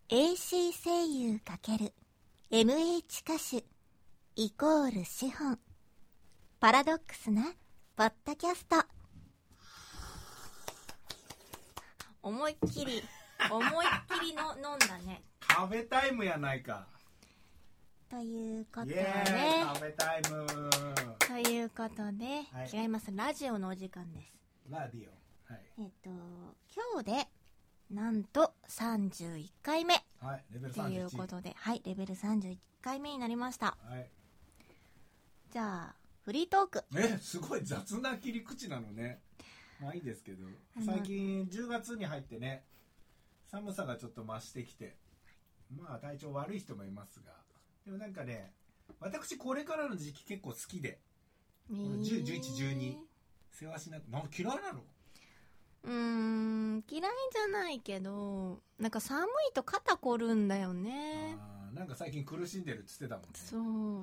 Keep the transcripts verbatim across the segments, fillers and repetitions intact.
エーシー 声優×エムエイチ 歌手イコール資本。パラドックスなポッドキャスト。思いっきり思いっきりの飲んだね。 カフェタイムやないか。 ということでイエーイカフェタイムということで、 はい、 違います、ラジオのお時間です。 ラディオ、はい、 えっと今日でなんとさんじゅういっかいめはい、レベルということで、はい、レベルさんじゅういっかいめになりました。 はい、 じゃあフリートーク。 え、すごい雑な切り口なのね。まあいいですけど、最近じゅうがつに入ってね、寒さがちょっと増してきて、まあ体調悪い人もいますが、でもなんかね、私これからの時期結構好きで、 えー、 じゅう、じゅういち、じゅうに世話しなく、なんか嫌いなの？ うーん、嫌いじゃないけど、なんか寒いと肩こるんだよね。 あー、なんか最近苦しんでるって言ってたもんね。 そう。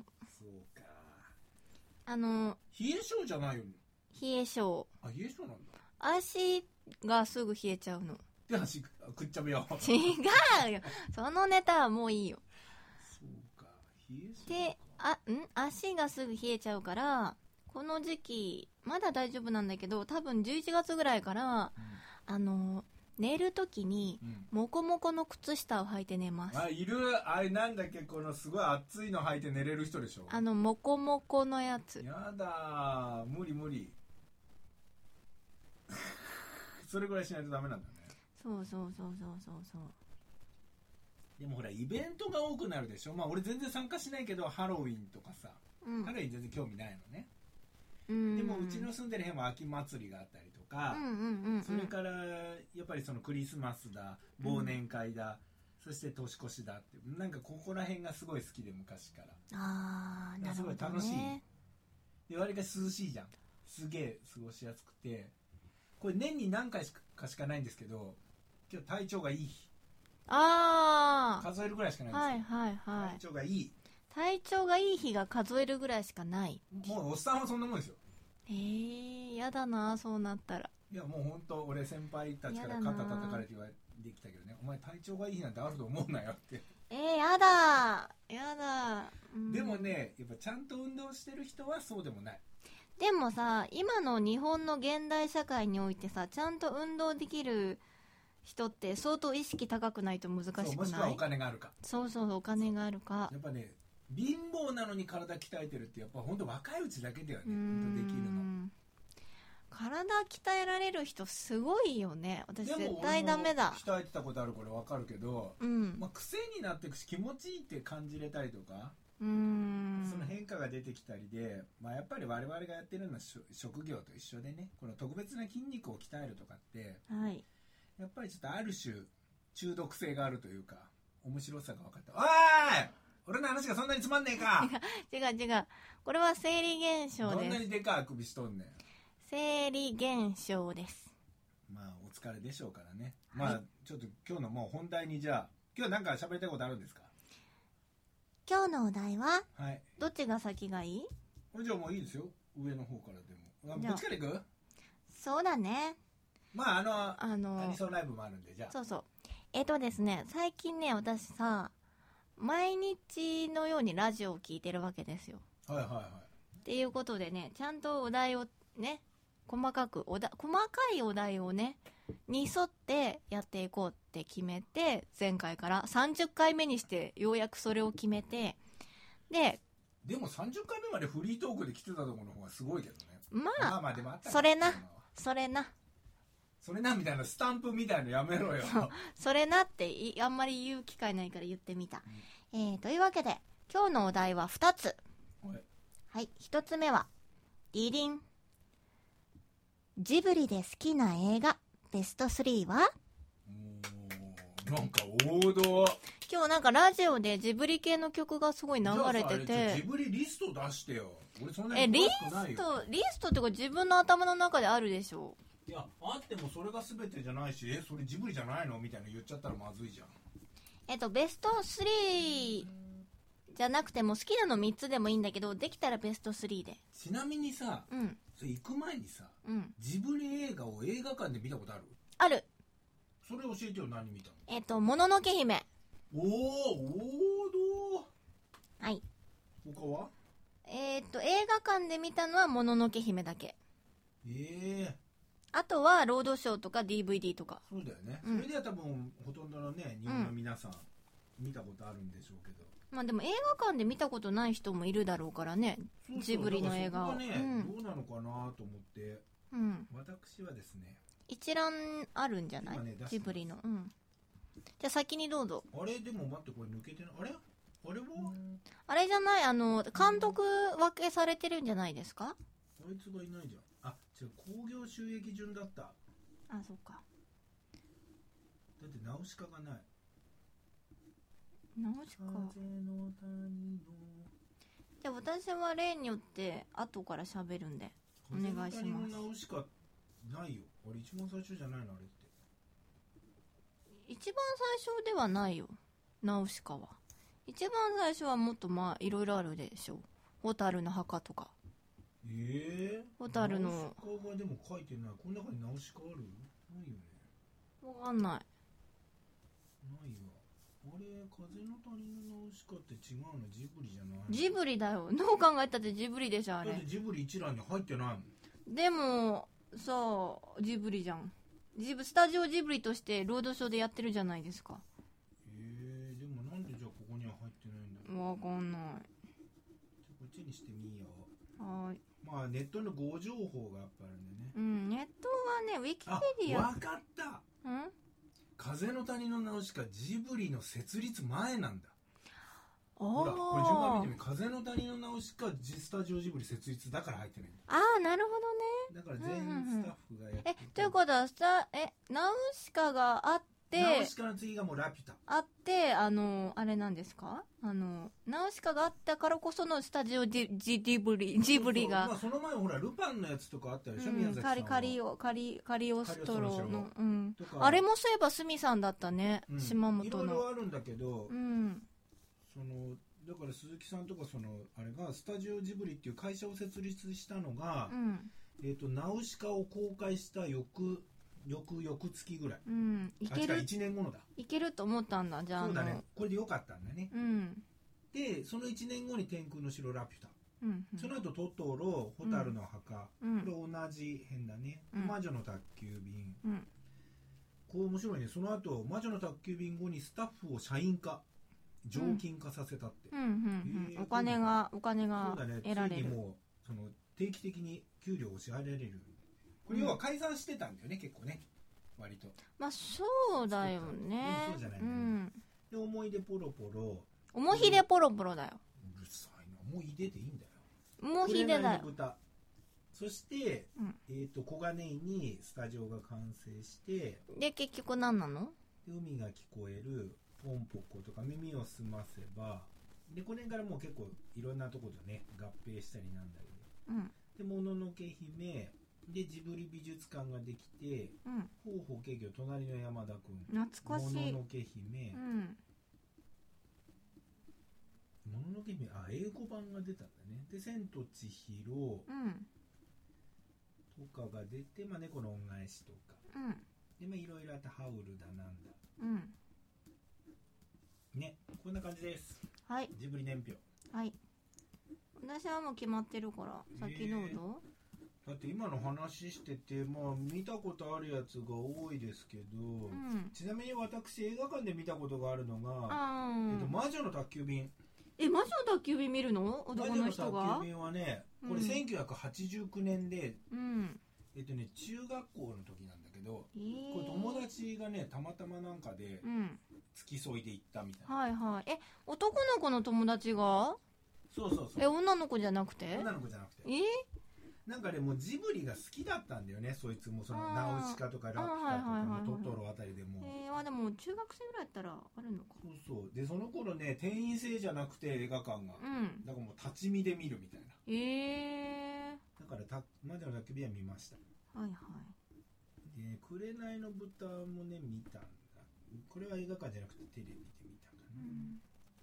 そうか。 あの冷え性じゃないよね。 冷え性。 あ、冷え性なんだ。 足がすぐ冷えちゃうの。 で、足食っちゃうよ。 違うよ。そのネタはもういいよ。 そうか。冷え性で、あ、ん足がすぐ冷えちゃうから、この時期まだ大丈夫なんだけど、多分じゅういちがつぐらいから、うん、あの寝るときに、うん、モコモコの靴下を履いて寝ます。 あ、いる。あれなんだっけ、このすごい熱いの履いて寝れる人でしょ。 あのモコモコのやつ。 やだ、無理無理。それぐらいしないとダメなんだね。 そうそうそうそうそうそう。 でもほらイベントが多くなるでしょ。まあ俺全然参加しないけど、ハロウィンとかさ、うん、ハロウィン全然興味ないのね。うん、でもうちの住んでる辺は秋祭りがあったりとか、うんうんうんうん、それからやっぱりそのクリスマスだ、忘年会だ、うん、そして年越しだって、なんかここら辺がすごい好きで、昔から。 あー、なるほどね。 すごい楽しい。で、割が涼しいじゃん。すげえ過ごしやすくて、これ年に何回かしかないんですけど、今日体調がいい日。 あー、 数えるぐらいしかないんですよ。はいはいはい。体調がいい。 体調がいい日が数えるぐらいしかない。 もうおっさんはそんなもんですよ。 えー、やだな、そうなったら。 いやもう本当、俺先輩たちから肩叩かれて言われてきたけどね、お前体調がいい日なんてあると思うなよって。 えー、やだやだ、 うん、でもね、やっぱちゃんと運動してる人はそうでもない。 でもさ、今の日本の現代社会においてさ、ちゃんと運動できる人って相当意識高くないと難しくない？そう、 もしくはお金があるか。 そうそう、お金があるか。 やっぱね、貧乏なのに体鍛えてるってやっぱ本当若いうちだけだよね、本当できるの。 体鍛えられる人すごいよね。私絶対ダメだ。 鍛えてたことあるから分かるけど、うん、まあ、癖になっていくし、気持ちいいって感じれたりとか、うーん、その変化が出てきたりで、まあ、やっぱり我々がやってるのは職業と一緒でね、この特別な筋肉を鍛えるとかって、はい、やっぱりちょっとある種中毒性があるというか、面白さが分かった。おーい、俺の話がそんなにつまんねえか。 違う違う、これは生理現象です。 どんなにでかい首しとんねん。 生理現象です。 まあお疲れでしょうからね、はい、まあちょっと今日のもう本題に、じゃあ今日なんか喋りたいことあるんですか？ 今日のお題は、 はい、 どっちが先がいい？ じゃあもういいですよ、上の方からでも。どっちからいく？ そうだね。 まああのあのアニソンライブもあるんで、じゃあそうそう、えっとですね、最近ね、私さ、毎日のようにラジオを聞いてるわけですよ。 はいはいはい。 っていうことでね、ちゃんとお題をね、細かくおだ細かいお題をねに沿ってやっていこうって決めて、前回からさんじゅっかいめにしてようやくそれを決めて、ででもさんじゅっかいめまでフリートークで来てたところの方がすごいけどね。 まあ、まあまあでもあったそれなそれなそれなみたいなスタンプみたいのやめろよ。 そ, それなってあんまり言う機会ないから言ってみた、うん、えー、というわけで今日のお題はふたつ。はい、はい、ひとつめはリリン、ジブリで好きな映画ベストスリーは？ なんか王道。 今日なんかラジオでジブリ系の曲がすごい流れてて、 ジブリリスト出してよ。俺そんなに詳しくないよ。えリストリストってか自分の頭の中であるでしょ。 いや、あってもそれが全てじゃないし、えそれジブリじゃないのみたいな言っちゃったらまずいじゃん。 えっとベストスリーじゃなくても好きなのみっつでもいいんだけど、できたらベストスリーで。 ちなみにさ、うん、それ行く前にさ、うん、ジブリ映画を映画館で見たことある？ ある。 それ教えてよ、何見たの？ えっともののけ姫。 おー、王道。 はい。 他は？ えーっと、映画館で見たのはもののけ姫だけ。 ええー。 あとはロードショーとか ディーブイディー とか。 そうだよね、うん、それでは多分ほとんどのね日本の皆さん、うん、見たことあるんでしょうけど、 まあでも映画館で見たことない人もいるだろうからね。そうそう、ジブリの映画を、 ね、うん、どうなのかなと思って、うん、私はですね一覧あるんじゃない、ね、ジブリの、うん、じゃあ先にどうぞ。 あれでも待って、これ抜けてない、あれあれはあれじゃない、あの監督分けされてるんじゃないですか。 あいつがいないじゃん。あ、違う、興行収益順だった。 あ、そっか。 だってナウシカがない。 ナウシカ。じゃあ私は例によって後から喋るんでお願いします。 風の谷のナウシカないよ。あれ一番最初じゃないのあれって。 一番最初ではないよ。ナウシカは。一番最初はもっとまあいろいろあるでしょう。ホタルの墓とか。 ええー、 ホタルの。 ナウシカがでも書いてない。この中にナウシカある？ないよね。 わかんない。 ないわ。あれ、風の谷のナウシカって違うの？ジブリじゃないの？ ジブリだよ。どう考えたってジブリでしょあれ。 だってジブリ一覧に入ってないもん。 でもさあジブリじゃん。ジブスタジオジブリとしてロードショーでやってるじゃないですか。 えー、でもなんでじゃあここには入ってないんだろう。 わかんない。じゃあこっちにしてみよう。 はい。 まあネットのご情報がやっぱあるんでね。 うん、ネットはね、ウィキペディア。 あ、わかった。うん？風の谷のナウシカ、ジブリの設立前なんだ。ほら、これ順番見てみ。風の谷のナウシカ、スタジオジブリ設立だから入ってないんだ。 ああ、なるほどね。だから全員スタッフがやって、うんうん、 え、ということは、スタ、え、ナウシカがあって、 ナウシカの次がもうラピュタ。 あって、あの、あれなんですか？あの、ナウシカがあったからこそのスタジオジジブリ、ジブリが。 そうそう、まあ、その前ほら、ルパンのやつとかあったでしょ、 うん、 宮崎さんは。 カリカリオ、カリ、カリオストロの、うん。あれもそういえばスミさんだったね、うん、島本の。いろいろあるんだけど、うん。その、だから鈴木さんとかその、あれが、スタジオジブリっていう会社を設立したのが、うん、えっと、ナウシカを公開した翌、翌々月ぐらい。うん。いける。いちねんごのだ。 いけると思ったんだ、じゃあ。 そうだね。これでよかったんだね。うん。で、そのいちねんごに天空の城ラピュタ。うんうん、その後トトロ、ホタルの墓。うん、これ同じ編だね。うん、魔女の宅急便。うん、こう面白いね。その後、魔女の宅急便後にスタッフを社員化、常勤化させたって。 お金が、お金が得られる。 ついにもう、その、定期的に給料を支払えられる。これ要は改ざんしてたんだよね、結構ね、割と。 まあそうだよね。 そうじゃない、ね、うん。で思い出ポロポロ。 思い出ポロポロだよ。 うるさいな、思い出でいいんだよ。 思い出だよ。 そして、うん、えっ、ー、と小金井にスタジオが完成して。 で結局何なの？ 海が聞こえるポンポコとか耳を澄ませば。でこれからもう結構いろんなところとね合併したりなんだけど。うん、でもののけ姫。でジブリ美術館ができて、うん、広報営業隣の山田くん、 懐かしい。 もののけ姫、うん、もののけ姫、あ、英語版が出たんだね。で千と千尋、うん、とかが出て、まあ、猫の恩返しとか、うん、でまあいろいろあってハウルだなんだ、うん、ね、こんな感じです。 はい。 ジブリ年表。 はい。私はもう決まってるから先どうぞ。えーだって今の話してて、まあ見たことあるやつが多いですけど、うん、ちなみに私映画館で見たことがあるのが、えっと、魔女の宅急便。 え、魔女の宅急便見るの？男の人が？ 魔女の宅急便はね、これせんきゅうひゃくはちじゅうきゅうねんで、うん、えっとね、中学校の時なんだけど、えー、これ友達がね、たまたまなんかで、付き添いで行ったみたいな。 はいはい。え、男の子の友達が？ そうそうそう。 え、女の子じゃなくて？ 女の子じゃなくて。 えーなんかね、もうジブリが好きだったんだよね、そいつも。そのナウシカとかラピュタとかトトロあたりでも。 えー、あでも中学生ぐらいだったらあるのか。 そうそう。でその頃ね、定員制じゃなくて映画館が、うん、だからもう立ち見で見るみたいな。 えー、だからた魔女の宅急便は見ました。 はいはい。 で紅の豚もね見たんだ。これは映画館じゃなくてテレビで見たかな。うん、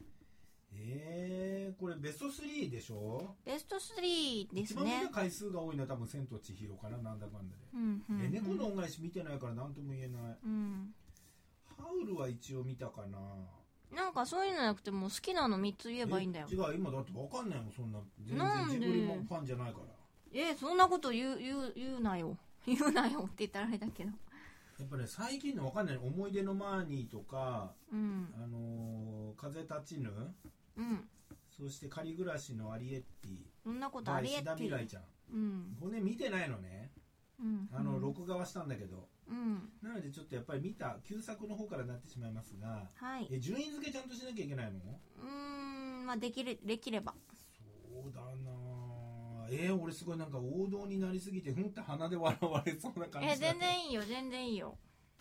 えー、これベストスリーでしょ？ ベストスリーですね。 一番見た回数が多いのは多分千と千尋かな、なんだかんだで。うんうんうん、え猫の恩返し見てないから何とも言えない。うん、ハウルは一応見たかな。 なんかそういうのじゃなくても好きなのみっつ言えばいいんだよ。 違う、今だって分かんないもん、そんな。全然ジブリファンじゃないから。 えそんなこと言う言う言うなよ言うなよって言ったらあれだけど、 やっぱね最近の分かんない、思い出のマーニーとか、 うん、 あのー、風立ちぬ、 うん、 そして仮暮らしのアリエッティ、 そんなことアリエッティ、 志田未来ちゃん、 うん、 これね見てないのね、うん、あの録画はしたんだけど、うん、なのでちょっとやっぱり見た旧作の方からなってしまいますが、はい、え順位付けちゃんとしなきゃいけないの？ うーん、まあできるできれば。 そうだなえー、俺すごいなんか王道になりすぎてふんって鼻で笑われそうな感じだ。 え全然いいよ全然いいよ。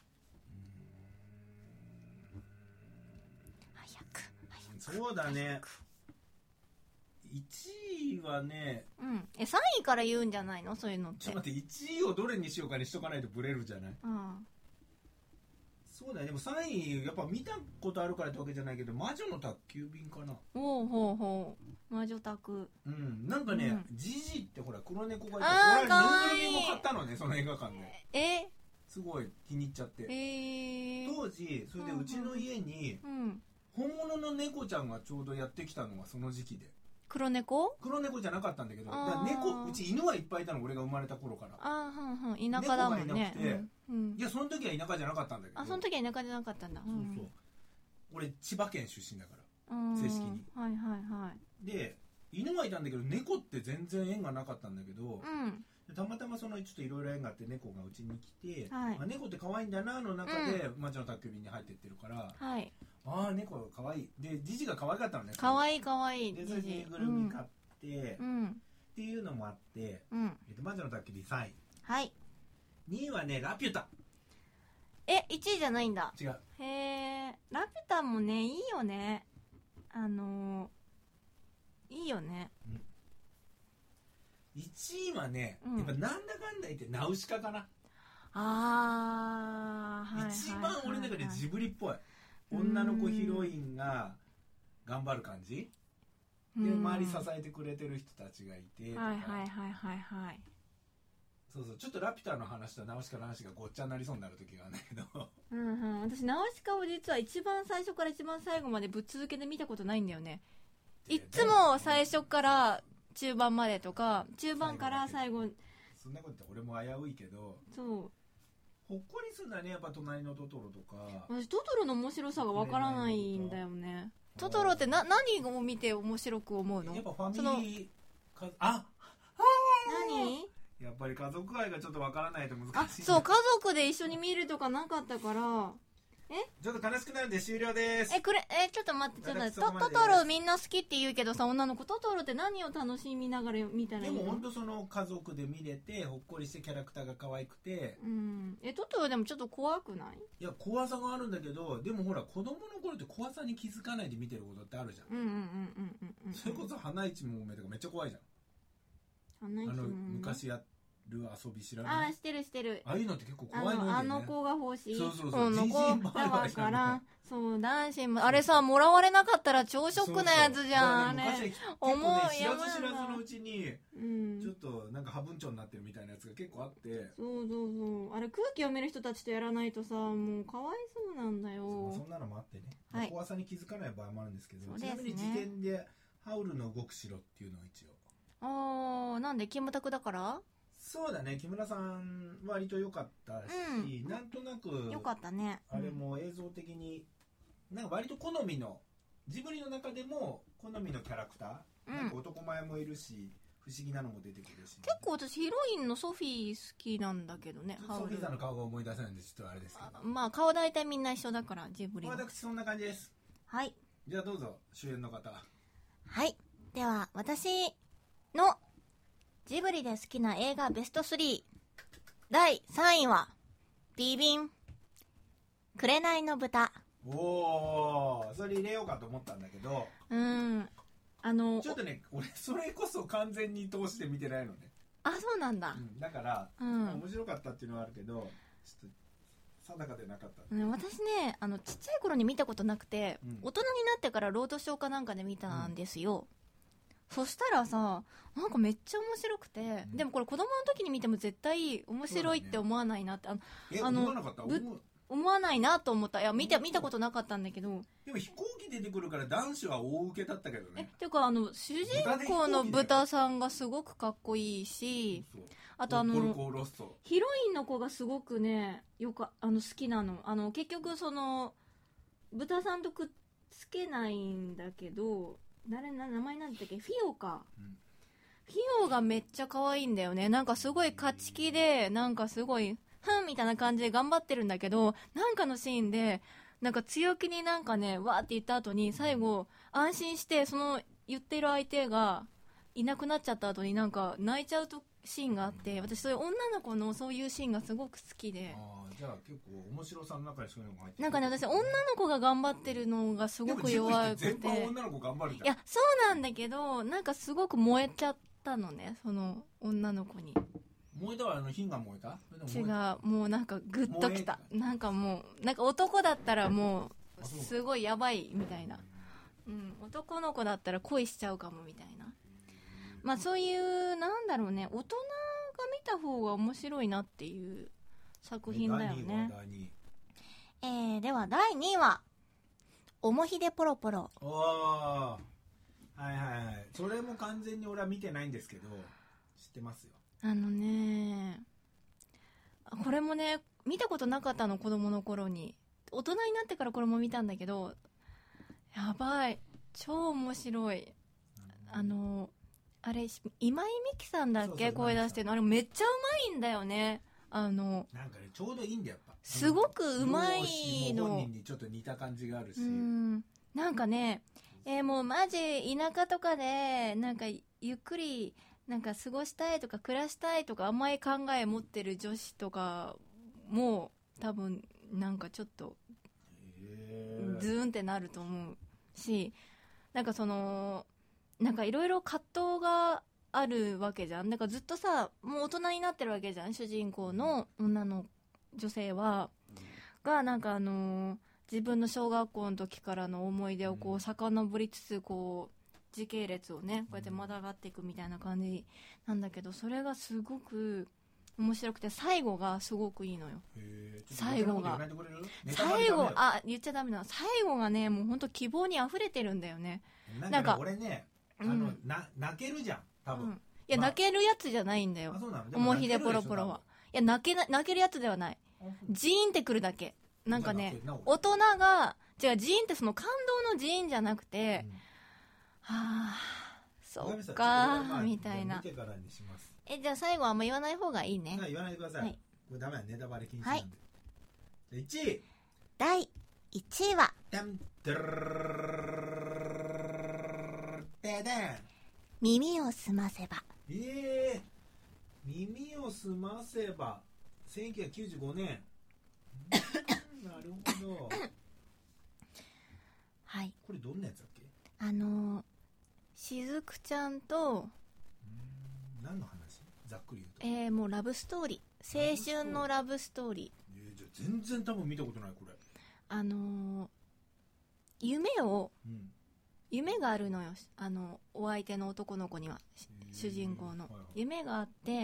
うーん早く早くそうだね。いちいはね、 うん、えさんいから言うんじゃないのそういうのって。 ちょっと待って、いちいをどれにしようかにしとかないとブレるじゃない。うん、そうだね。でもさんいやっぱ見たことあるからってわけじゃないけど、魔女の宅急便かな。 ほうほうほう、魔女宅。 うん、なんかね、うん、ジジってほら黒猫がいて、 あーかわいい。 ぬいぐるみも買ったのね、その映画館で。 えすごい気に入っちゃって、 えー、 当時それでうちの家に本物の猫ちゃんがちょうどやってきたのがその時期で。 黒猫黒猫じゃなかったんだけど、だから猫、うち犬はいっぱいいたの、俺が生まれた頃から。 あーはんはん、田舎だもんね。猫がいなくて、 うん、いやその時は田舎じゃなかったんだけど。 あ、その時は田舎じゃなかったんだ。 そうそう、俺千葉県出身だから、正式に。はいはいはい。で犬はいたんだけど猫って全然縁がなかったんだけど、うん、たまたまそのちょっといろいろ縁があって猫がうちに来て、はい、まあ、猫って可愛いんだなの中で、うん、魔女の宅急便に入ってってるから、はい、ああ猫可愛いで、ジジが可愛かったのね。 可愛い可愛いでそれでぬいぐるみ買って、うん、っていうのもあって、うん、えっと、魔女の宅急便さんい、はい、にいはねラピュタ。 えいちいじゃないんだ。 違う。 へえ、ラピュタもねいいよね。あのーいいよね、 うん、いちいはね、うん、やっぱなんだかんだ言ってナウシカかな。 あー、はいはいはいはい、 一番俺の中でジブリっぽい、女の子ヒロインが頑張る感じで、周り支えてくれてる人たちがいてとか、はいはいはいはいはい、そうそう、ちょっとラピュタの話とナウシカの話がごっちゃになりそうになる時があるんだけどうん、うん、私ナウシカを実は一番最初から一番最後までぶっ続けで見たことないんだよね。いっつも最初から中盤までとか、中盤から最後。 そんなこと言って俺も危ういけど、そうほっこりするんだね、やっぱ隣のトトロとか。 私トトロの面白さがわからないんだよね。トトロってな何を見て面白く思うの？ やっぱファミリーか、あ何？ やっぱり家族愛がちょっとわからないと難しい。 あ、そう、家族で一緒に見るとかなかったから。えちょっと悲しくなるんで終了です。 え、これ、え、ちょっと待って、ちょっと待って、トトロみんな好きって言うけどさ、女の子、トトロって何を楽しみながら見たらいいの？ でも本当その家族で見れて、ほっこりしてキャラクターが可愛くて。 うん。え、トトロでもちょっと怖くない？ いや、怖さがあるんだけど、でもほら、子供の頃って怖さに気づかないで見てることってあるじゃん。うんうんうんうんうん。それこそ、花一もめとかめっちゃ怖いじゃん。花一もめ。あの、昔やって、遊び知らない？ ああ、してるしてる。 ああいうのって結構怖いのよね。 あの子が欲しい。 そうそうそう。 あの子だから、そう、男子も、あれさ、もらわれなかったら超ショックなやつじゃん。 そうそう、あれ。重い。知らず知らずのうちに、うん、ちょっとなんか破分長になってるみたいなやつが結構あって。 そうそうそう。あれ空気読める人たちとやらないとさ、もうかわいそうなんだよ。 そんなのもあってね。はい、怖さに気づかない場合もあるんですけど、ちなみに事件でハウルの動く城っていうのを一応。 ああ、なんでキムタクだから？ そうだね、木村さん割と良かったし、うん、なんとなく良かったね、 あれも映像的になんか割と好みの、ジブリの中でも好みのキャラクター、うん、なんか男前もいるし不思議なのも出てくるし、 結構私ヒロインのソフィー好きなんだけどね。 ソフィーさんの顔が思い出せないんでちょっとあれですけど、 あ、まあ顔大体みんな一緒だからジブリは。 私そんな感じです。 はい、 じゃあどうぞ主演の方。 はい、では私のジブリで好きな映画ベストスリーだいさんいはビビン紅の豚。 おー、それ入れようかと思ったんだけど、 うん、あのちょっとね、俺それこそ完全に通して見てないのね。 あ、そうなんだ、 うん、だから、うん、面白かったっていうのはあるけどちょっと定かでなかった、 うん、私ね、あのちっちゃい頃に見たことなくて、うん、大人になってからロードショーかなんかで見たんですよ、うん、そしたらさ、なんかめっちゃ面白くて、うん、でもこれ子供の時に見ても絶対面白いって思わないなって。あの、 え、思わなかった？ 思わないなと思った。いや見て見たことなかったんだけど。 でも飛行機出てくるから男子は大受けだったけどね。 えっていうかあの主人公の豚さんがすごくかっこいいし、そうそうあとあのヒロインの子がすごくねよくあの好きなの。あの結局その豚さんとくっつけないんだけど、誰な名前なんだっけ、フィオか、うん、フィオがめっちゃ可愛いんだよね。なんかすごい勝ち気で、なんかすごいふんみたいな感じで頑張ってるんだけど、なんかのシーンでなんか強気になんかねわーって言った後に最後安心してその言ってる相手がいなくなっちゃった後になんか泣いちゃうとシーンがあって、私そういう女の子のそういうシーンがすごく好きで。 ああ、じゃあ結構面白さの中にそういうのが入ってる。 なんかね、私女の子が頑張ってるのがすごく弱くて。 全般女の子頑張るじゃん。 いやそうなんだけど、なんかすごく燃えちゃったのね、その女の子に。 燃えたはあの火が燃えた？ 違う、もうなんかグッときた。なんかもうなんか男だったらもうすごいやばいみたいな、うん、男の子だったら恋しちゃうかもみたいな。まあそういうなんだろうね、大人が見た方が面白いなっていう作品だよね。えー、ではだいにいはおもひでポロポロ。 おー、はいはいはい。それも完全に俺は見てないんですけど知ってますよ。 あのね、これもね見たことなかったの、子供の頃に。大人になってからこれも見たんだけど、やばい、超面白い。あのあれ今井美樹さんだっけ、そうそう声出してるの。あれめっちゃうまいんだよね。あのなんかねちょうどいいんだよ、やっぱすごくうまいの。 本人にちょっと似た感じがあるし、うん、なんかね、えー、もうマジ田舎とかでなんかゆっくりなんか過ごしたいとか暮らしたいとか甘い考え持ってる女子とかも多分なんかちょっとズーンってなると思うし、なんかそのなんかいろいろ葛藤があるわけじゃん。だからずっとさ、もう大人になってるわけじゃん、主人公の女の女性は、がなんかあのー、自分の小学校の時からの思い出をこう遡りつつこう時系列をねこうやってまたがっていくみたいな感じなんだけど、それがすごく面白くて最後がすごくいいのよ。最後が最後あ言っちゃダメな、最後がねもう本当希望にあふれてるんだよね。 なんか俺ねあの、うん、な泣けるじゃん多分、うん、いや、まあ、泣けるやつじゃないんだよ、おもひでポロポロは。いや泣けな泣けるやつではない、ジーンってくるだけ。なんかね大人が違う、ジーンってその感動のジーンじゃなくて、うん、はあそうかーみたいな。えじゃあ最後はあんま言わない方がいいね。 言わないでください、はい、これダメだ、ネタバレ禁止なんで、はい、いちいだいいちいは耳をすませば。 えー、耳をすませばせんきゅうひゃくきゅうじゅうごねんなるほどはい、 これどんなやつだっけ。 あのしずくちゃんと、 うん何の話、ざっくり言うと。えー、もうラブストーリー、青春のラブストーリー。 えー、じゃあ全然多分見たことないこれ。 あのー、夢を、うん、夢があるのよ、あのお相手の男の子には、主人公の、はいはい、夢があって、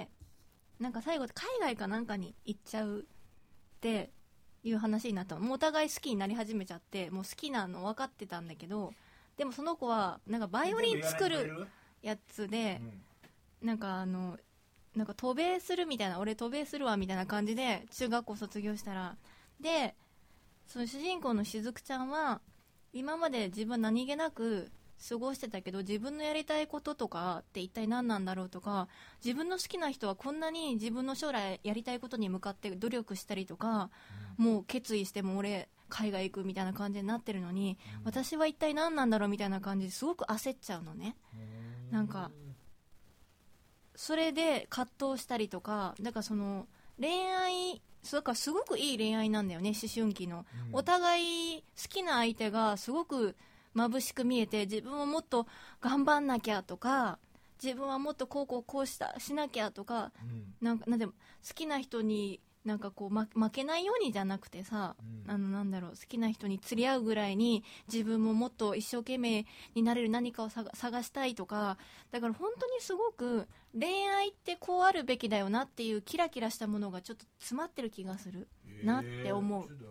なんか最後海外かなんかに行っちゃうっていう話になったの。もうお互い好きになり始めちゃって、もう好きなの分かってたんだけど、でもその子はなんかバイオリン作るやつで、うん、なんかあのなんか渡米するみたいな、俺渡米するわみたいな感じで中学校卒業したら、でその主人公のしずくちゃんは今まで自分何気なく過ごしてたけど、自分のやりたいこととかって一体何なんだろうとか、自分の好きな人はこんなに自分の将来やりたいことに向かって努力したりとか、うん、もう決意しても俺海外行くみたいな感じになってるのに、うん、私は一体何なんだろうみたいな感じですごく焦っちゃうのね。なんかそれで葛藤したりとか、だからその恋愛だからすごくいい恋愛なんだよね、思春期の、うん、お互い好きな相手がすごく眩しく見えて、自分ももっと頑張んなきゃとか、自分はもっとこうこうこうしたしなきゃとか、うん、なんかなんでも好きな人になんかこう、ま、負けないようにじゃなくてさ、うん、あのなんだろう、好きな人に釣り合うぐらいに自分ももっと一生懸命になれる何かを探したいとか、だから本当にすごく恋愛ってこうあるべきだよなっていうキラキラしたものがちょっと詰まってる気がするなって思う。 えー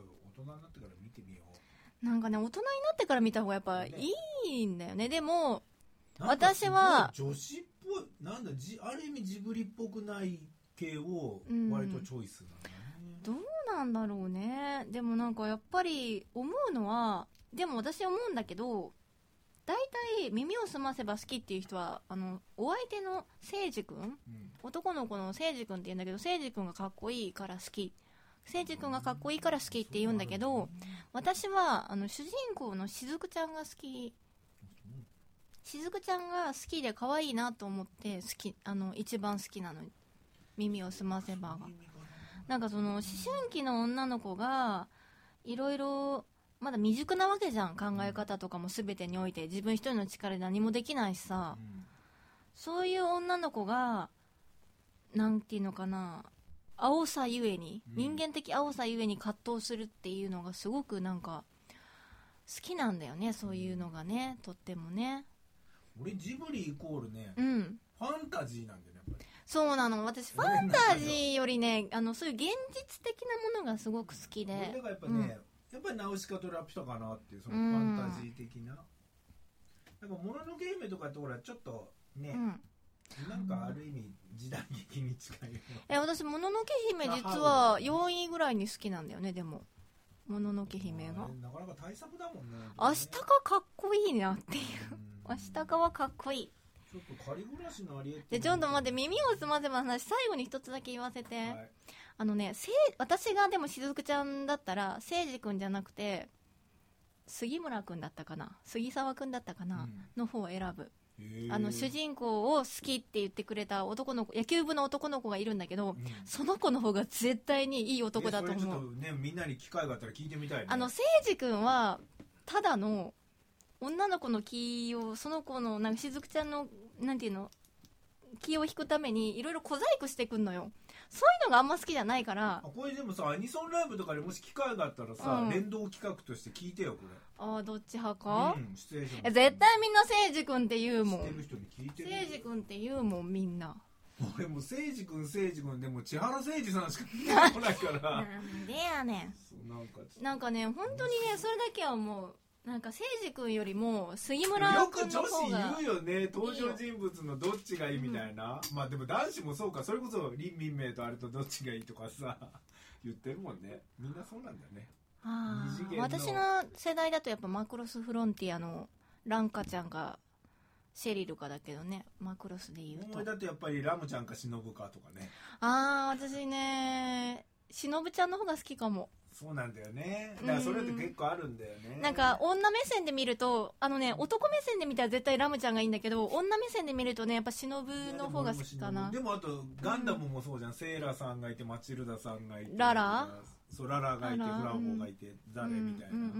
人になってから見てみよう。なんかね、大人になってから見た方がやっぱいいんだよね。でも私は女子っぽい、なんだ、ある意味ジブリっぽくない系を割とチョイスなんだね、 うん、どうなんだろうね。でもなんかやっぱり思うのは、でも私思うんだけど、大体耳をすませば好きっていう人はあのお相手の聖司君、うん、男の子の聖司君って言うんだけど、聖司君がかっこいいから好き、聖司君がかっこいいから好きって言うんだけど、私はあの主人公のしずくちゃんが好き、しずくちゃんが好きで可愛いなと思って好き、あの一番好きなの、耳をすませばが。なんかその思春期の女の子がいろいろまだ未熟なわけじゃん、考え方とかも全てにおいて自分一人の力で何もできないしさ、うん、そういう女の子がなんていうのかな、青さゆえに、うん、人間的青さゆえに葛藤するっていうのがすごくなんか好きなんだよね、そういうのがね、とってもね。 俺ジブリイコールね、 うん、 ファンタジーなんだよね、やっぱり。 そうなの、私ファンタジーよりね、あのそういう現実的なものがすごく好きで、 だからやっぱね、うん、やっぱりナウシカとラピュタかなっていう、そのファンタジー的な、なんかもののけ姫とかってほらちょっとね、うん、なんかある意味時代劇に近いよ。 え、私もののけ姫実はよんいぐらいに好きなんだよね。でももののけ姫がなかなか大作だもんね。 アシタカかっこいいなっていう、アシタカはかっこいい。 ちょっと仮暮らしのありえで、ちょっと待って、耳をすませば話、最後に一つだけ言わせて、はい、あのね、せ私がでもしずくちゃんだったらせいじくんじゃなくて杉村くんだったかな、杉沢くんだったかな、うん、の方を選ぶ。あの主人公を好きって言ってくれた男の子、野球部の男の子がいるんだけど、うん、その子の方が絶対にいい男だと思う。 それちょっとね、みんなに機会があったら聞いてみたいね。 あのせいじくんはただの女の子の気を、その子のなんかしずくちゃんのなんていうの、気を引くためにいろいろ小細工してくんのよ。そういうのがあんま好きじゃないから。 これでもさ、アニソンライブとかでもし機会があったらさ、うん、連動企画として聞いてよこれ。 ああ、どっち派か、 うん、シチュエーションえ絶対みんなせいじくんって言うもん。 知ってる人に聞いてる。 せいじくんって言うもんみんな。 俺もせいじくんせいじくんでも千原誠二さんしか聞いてこないからなんでやねん。 なんかなんかね、本当にね、それだけはもうなんかせいじくんよりも杉村君の方が。 よく女子言うよね、登場人物のどっちがいいみたいな、うん、まあでも男子もそうか、それこそ林民明とあれとどっちがいいとかさ言ってるもんね。みんなそうなんだよね。 あの私の世代だとやっぱマクロスフロンティアのランカちゃんがシェリルかだけどね、マクロスで言うと。 だってやっぱりラムちゃんかシノブかとかね。 ああ、私ねシノブちゃんの方が好きかも。 そうなんだよね。だからそれって結構あるんだよね。 なんか女目線で見ると、あのね、男目線で見たら絶対ラムちゃんがいいんだけど、女目線で見るとね、やっぱシノブの方が好きかな。 でもあとガンダムもそうじゃん、うん、セーラさんがいてマチルダさんがいてララそうララがいてフランボがいて、うん、ザレみたいな、 うんうんうんうん、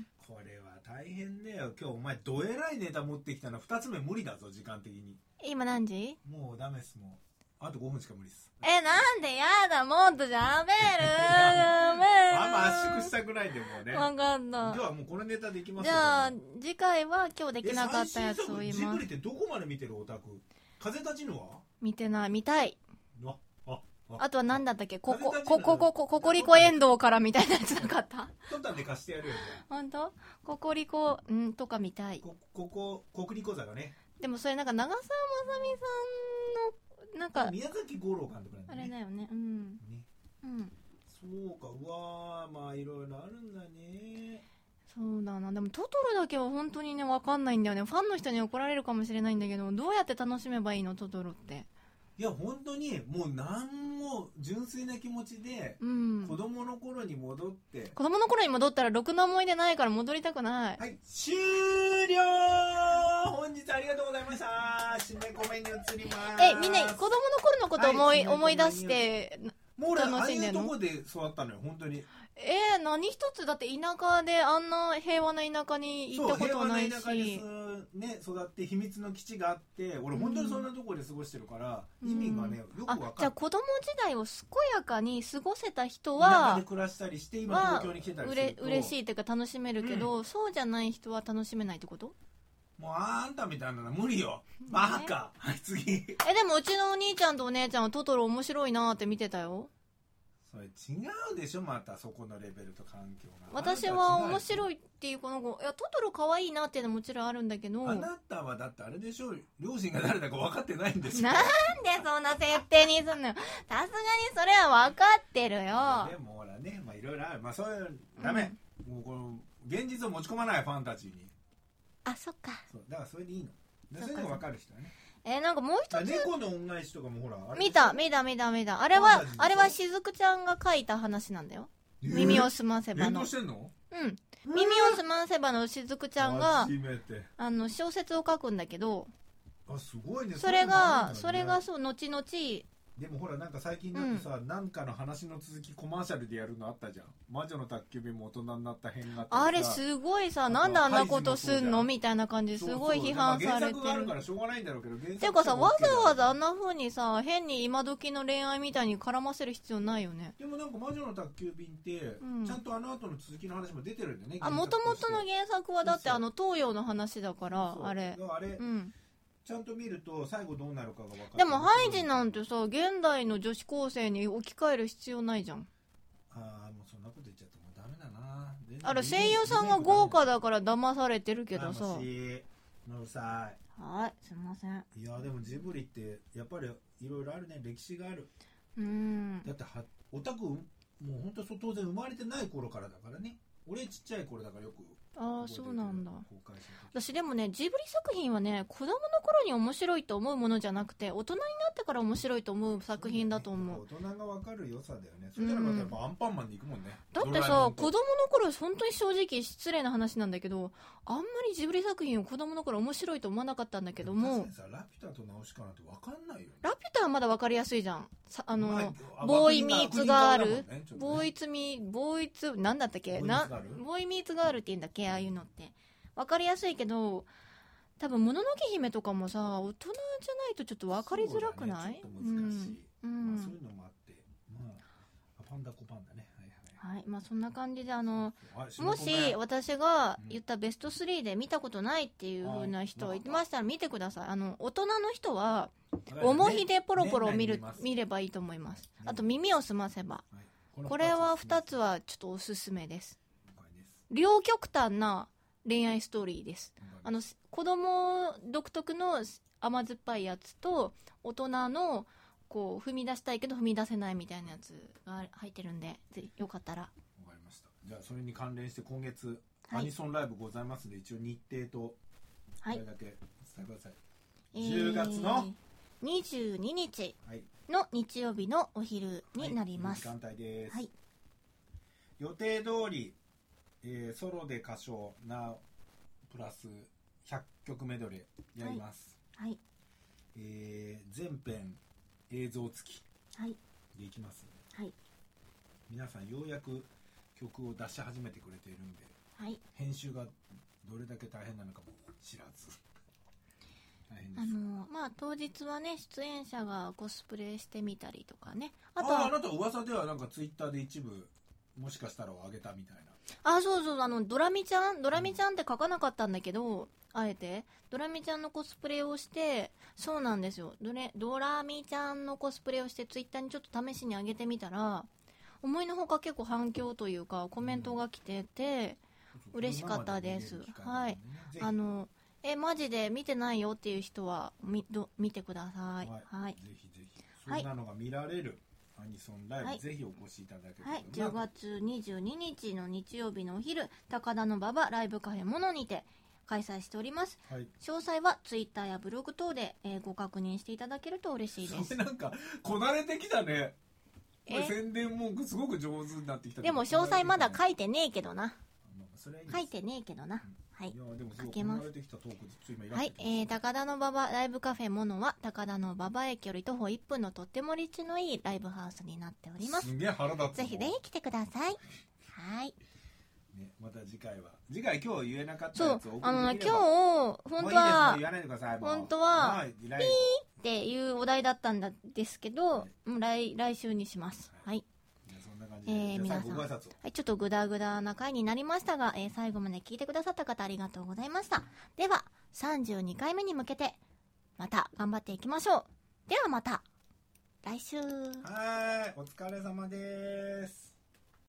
これは大変だよ。今日お前どえらいネタ持ってきたのふたつめ無理だぞ、時間的に。 今何時？ もうダメっす、もうあとごふんしか無理っす。 え、なんで？やだ、もっと喋るダメあんま圧縮したくないんで、もうね。 分かんない。 じゃあもうこのネタでいきますよ。じゃあ次回は今日できなかったやつを言います。 ジブリってどこまで見てるオタク？風立ちぬは見てない。見たい。 ああああとは何だったっけ、ここここここココリコエンドウからみたいなやつなかった？ トンタンで貸してやるよ。 本当？ココリコんとか見たい。 こここコクリコ座がね。 でもそれなんか長澤まさみさんのなんか宮崎吾郎監督なんだね。 あれだよね。うん。ね。うん。 そうか、うわー、まあいろいろあるんだね。 そうだな。でもトトロだけは本当にね分かんないんだよね。ファンの人に怒られるかもしれないんだけど、どうやって楽しめばいいのトトロって。 いや本当にもう何も純粋な気持ちで、うん、子供の頃に戻って子供の頃に戻ったらろくな思い出ないから戻りたくない。 はい、終了。本日ありがとうございました。締めコメに移ります。 え、みんな子供の頃のこと思い、はい、思い出してもう俺ああいうとこで育ったのよ本当に。 えー、何一つだって田舎であんな平和な田舎に行ったことないし。 そう、平和な田舎ですね、育って秘密の基地があって、俺本当にそんなところで過ごしてるから、うん、意味がねよく分かる。 あ、じゃあ子供時代を健やかに過ごせた人は田舎で暮らしたりして今東京に来てたりするとうれ嬉しいというか楽しめるけど、うん、そうじゃない人は楽しめないってこと？ もうあんたみたいなの無理よ、バカ。はい、次。 え、でもうちのお兄ちゃんとお姉ちゃんはトトロ面白いなって見てたよ。 それ違うでしょ、またそこのレベルと環境が。 私は面白いっていうこの子、いやトトロ可愛いなっていうのはもちろんあるんだけど、 あなたはだってあれでしょ、両親が誰だか分かってないんですよ。 なんでそんな設定にすんのよ。さすがにそれは分かってるよ。 でもほらね、まあいろいろある、まあそういうダメ、うん、もうこの現実を持ち込まないファンタジーに。 あ、そっか。 そうだからそれでいいの。でそういうの分かる人はね。 えー、なんかもう一つ猫の恩返しとかもほらあれ見た見た見た見た。あれはあれはしずくちゃんが書いた話なんだよ、えー、耳をすませばの。 連動してんの？ うん、耳をすませばのしずくちゃんがあの小説を書くんだけど、 あ、すごいね。 それがそれがそう後々。 でもほらなんか最近だとさ、うん、なんかの話の続きコマーシャルでやるのあったじゃん。魔女の宅急便も大人になった編があったあれすごいさ、なんであんなことすんのみたいな感じですごい批判されてる。 原作があるからしょうがないんだろうけど、原作ていうかさ、わざわざあんな風にさ変に今時の恋愛みたいに絡ませる必要ないよね。 でもなんか魔女の宅急便って、うん、ちゃんとあの後の続きの話も出てるんだよね。 あ、もともとの原作はだってあの東洋の話だから。そうそうあれあれ、うん、ちゃんと見ると最後どうなるかが分かる。 でもハイジなんてさ現代の女子高生に置き換える必要ないじゃん。 ああ、もうそんなこと言っちゃったもうダメだな。 あれ声優さんが豪華だから騙されてるけどさ。 うるさい。 はい、すいません。 いやでもジブリってやっぱりいろいろあるね、歴史がある。 うん。 だってはオタクもう本当そう当然生まれてない頃からだからね。俺ちっちゃい頃だからよく。 ああ、そうなんだ。私でもね、ジブリ作品はね、子供の頃に面白いと思うものじゃなくて、大人になってから面白いと思う作品だと思う。 うね、大人が分かる良さだよね。それならやっぱアンパンマンに行くもんね。 だってさ、子供の頃本当に正直失礼な話なんだけど、あんまりジブリ作品を子供の頃面白いと思わなかったんだけども。 確かにさ、ラピュタとナウシカなんて分かんないよ、ね。 ラピュタはまだ分かりやすいじゃん。さあの、まあ、ボーイミーツガール、ねね、ボーイツミボーイツなんだったっけな、ボーイミーツガールって言うんだっけ、ああいうのって分かりやすいけど、多分もののけ姫とかもさ大人じゃないとちょっと分かりづらくない？ そうだね、ちょっと難しい、うん、まあ、そういうのもあって、まあ、パンダコパンダね、はいはい、 はい、まあそんな感じで、あのもし私が言ったベストスリーで見たことないっていう風な人いましたら見てください。あの大人の人はおもひでポロポロ見る、見ればいいと思います。あと耳をすませば、これはふたつはちょっとおすすめです。両極端な恋愛ストーリーです。あの子供独特の甘酸っぱいやつと大人のこう踏み出したいけど踏み出せないみたいなやつが入ってるんで、ぜひよかったら。わかりました。じゃあそれに関連して今月、はい、アニソンライブございますので、一応日程とこれだけ伝えてください。はい、じゅうがつのにじゅうににちの日曜日のお昼になります。 はい、時間帯です。 はい、 予定通り、えー、ソロで歌唱なプラスひゃっきょくメドレーやります。 はい。はい、 えー、全編映像付きでいきます。 はい。 皆さんようやく曲を出し始めてくれているんで、 はい、 編集がどれだけ大変なのかも知らず。大変です。 あのまあ当日はね、出演者がコスプレしてみたりとかね。 あとあ、あなた噂ではなんかツイッターで一部もしかしたらを上げたみたいな。 あ、そうそう、あのドラミちゃんドラミちゃんって書かなかったんだけど、うん、あえてドラミちゃんのコスプレをして、そうなんですよ、ドレドラミちゃんのコスプレをしてツイッターにちょっと試しに上げてみたら、思いのほか結構反響というかコメントが来てて、うん、嬉しかったです。はい、あのえマジで見てないよっていう人はみど見てください。はい、はい、ぜひぜひそんなのが見られる、はい、アニソンライブ、はい、ぜひお越しいただければ、 はい、じゅうがつにじゅうににちの日曜日のお昼、高田馬場ライブカフェモノにて開催しております。はい、詳細はツイッターやブログ等で、えー、ご確認していただけると嬉しいです。 それなんかこなれてきたね。宣伝文句すごく上手になってきた。 でも詳細まだ書いてねえけどな。書いてねえけどな。はい。書けます。はい。えー、高田馬場ライブカフェモノは高田馬場駅より徒歩いっぷんのとっても立地のいいライブハウスになっております。 すげえ腹立つ。 ぜひぜひ来てください。はい。 ね、また次回は次回今日言えなかったやつを送ってみれば。そう、あの今日本当は本当はピーっていうお題だったんですけど、はい、来来週にします。はい。えー、皆さん、はい、ちょっとグダグダな回になりましたが、えー、最後まで聞いてくださった方ありがとうございました。ではさんじゅうにかいめに向けてまた頑張っていきましょう。ではまた。 来週。 はい、お疲れ様です。